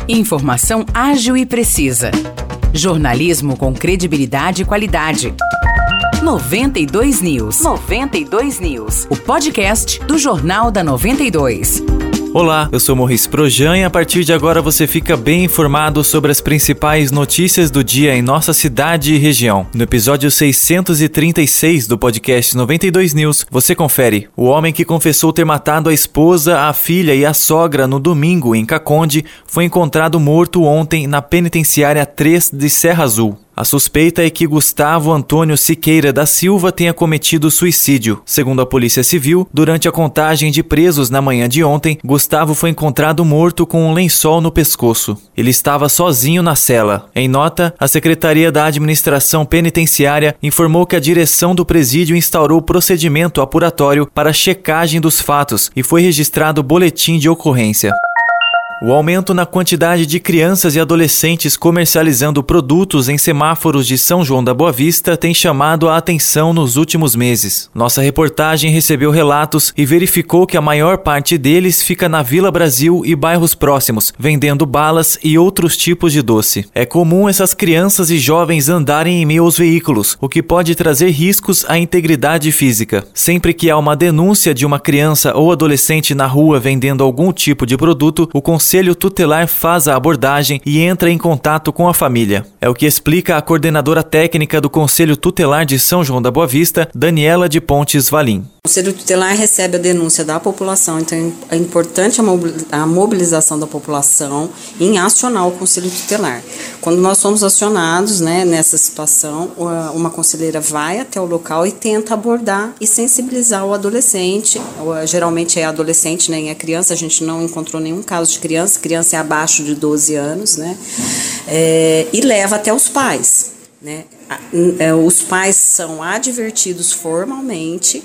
Informação ágil e precisa. Jornalismo com credibilidade e qualidade. 92 News. 92 News. O podcast do Jornal da 92. Olá, eu sou Morris Projan e a partir de agora você fica bem informado sobre as principais notícias do dia em nossa cidade e região. No episódio 636 do podcast 92 News, você confere: o homem que confessou ter matado a esposa, a filha e a sogra no domingo em Caconde foi encontrado morto ontem na penitenciária 3 de Serra Azul. A suspeita é que Gustavo Antônio Siqueira da Silva tenha cometido suicídio. Segundo a Polícia Civil, durante a contagem de presos na manhã de ontem, Gustavo foi encontrado morto com um lençol no pescoço. Ele estava sozinho na cela. Em nota, a Secretaria da Administração Penitenciária informou que a direção do presídio instaurou procedimento apuratório para checagem dos fatos e foi registrado boletim de ocorrência. O aumento na quantidade de crianças e adolescentes comercializando produtos em semáforos de São João da Boa Vista tem chamado a atenção nos últimos meses. Nossa reportagem recebeu relatos e verificou que a maior parte deles fica na Vila Brasil e bairros próximos, vendendo balas e outros tipos de doce. É comum essas crianças e jovens andarem em meio aos veículos, o que pode trazer riscos à integridade física. Sempre que há uma denúncia de uma criança ou adolescente na rua vendendo algum tipo de produto, o Conselho Tutelar faz a abordagem e entra em contato com a família. É o que explica a coordenadora técnica do Conselho Tutelar de São João da Boa Vista, Daniela de Pontes Valim. O Conselho Tutelar recebe a denúncia da população, então é importante a mobilização da população em acionar o Conselho Tutelar. Quando nós somos acionados, nessa situação, uma conselheira vai até o local e tenta abordar e sensibilizar o adolescente. Geralmente é adolescente, e a criança, a gente não encontrou nenhum caso de criança é abaixo de 12 anos, e leva até os pais. Os pais são advertidos formalmente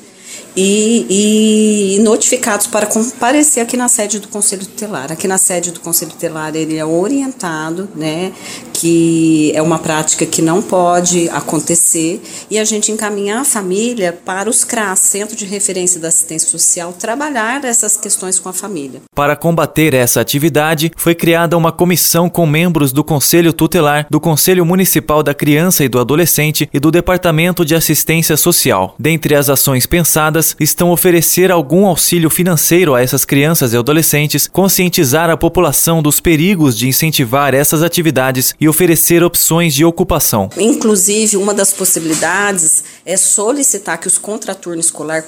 e notificados para comparecer aqui na sede do Conselho Tutelar. Aqui na sede do Conselho Tutelar ele é orientado, que é uma prática que não pode acontecer, e a gente encaminha a família para os CRAS, Centro de Referência da Assistência Social, trabalhar essas questões com a família. Para combater essa atividade, foi criada uma comissão com membros do Conselho Tutelar, do Conselho Municipal da Criança e do Adolescente e do Departamento de Assistência Social. Dentre as ações pensadas, estão oferecer algum auxílio financeiro a essas crianças e adolescentes, conscientizar a população dos perigos de incentivar essas atividades e oferecer opções de ocupação. Inclusive, uma das possibilidades é solicitar que os contraturno escolar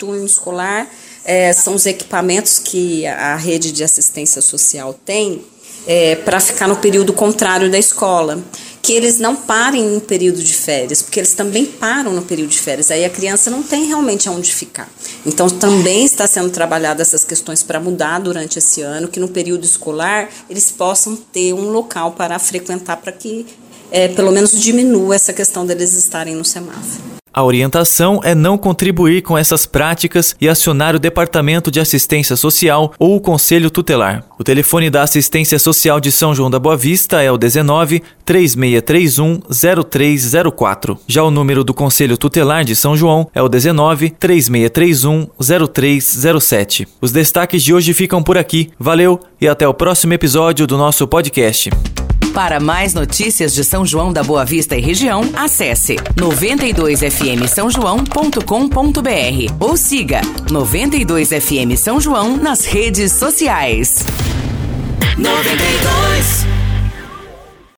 são os equipamentos que a rede de assistência social tem para ficar no período contrário da escola, que eles não parem em período de férias, porque eles também param no período de férias, aí a criança não tem realmente aonde ficar. Então também está sendo trabalhado essas questões para mudar durante esse ano, que no período escolar eles possam ter um local para frequentar, para que pelo menos diminua essa questão deles estarem no semáforo. A orientação é não contribuir com essas práticas e acionar o Departamento de Assistência Social ou o Conselho Tutelar. O telefone da Assistência Social de São João da Boa Vista é o 19 3631 0304. Já o número do Conselho Tutelar de São João é o 19 3631 0307. Os destaques de hoje ficam por aqui. Valeu e até o próximo episódio do nosso podcast. Para mais notícias de São João da Boa Vista e região, acesse 92fmsaojão.com.br ou siga 92 FM São João nas redes sociais. 92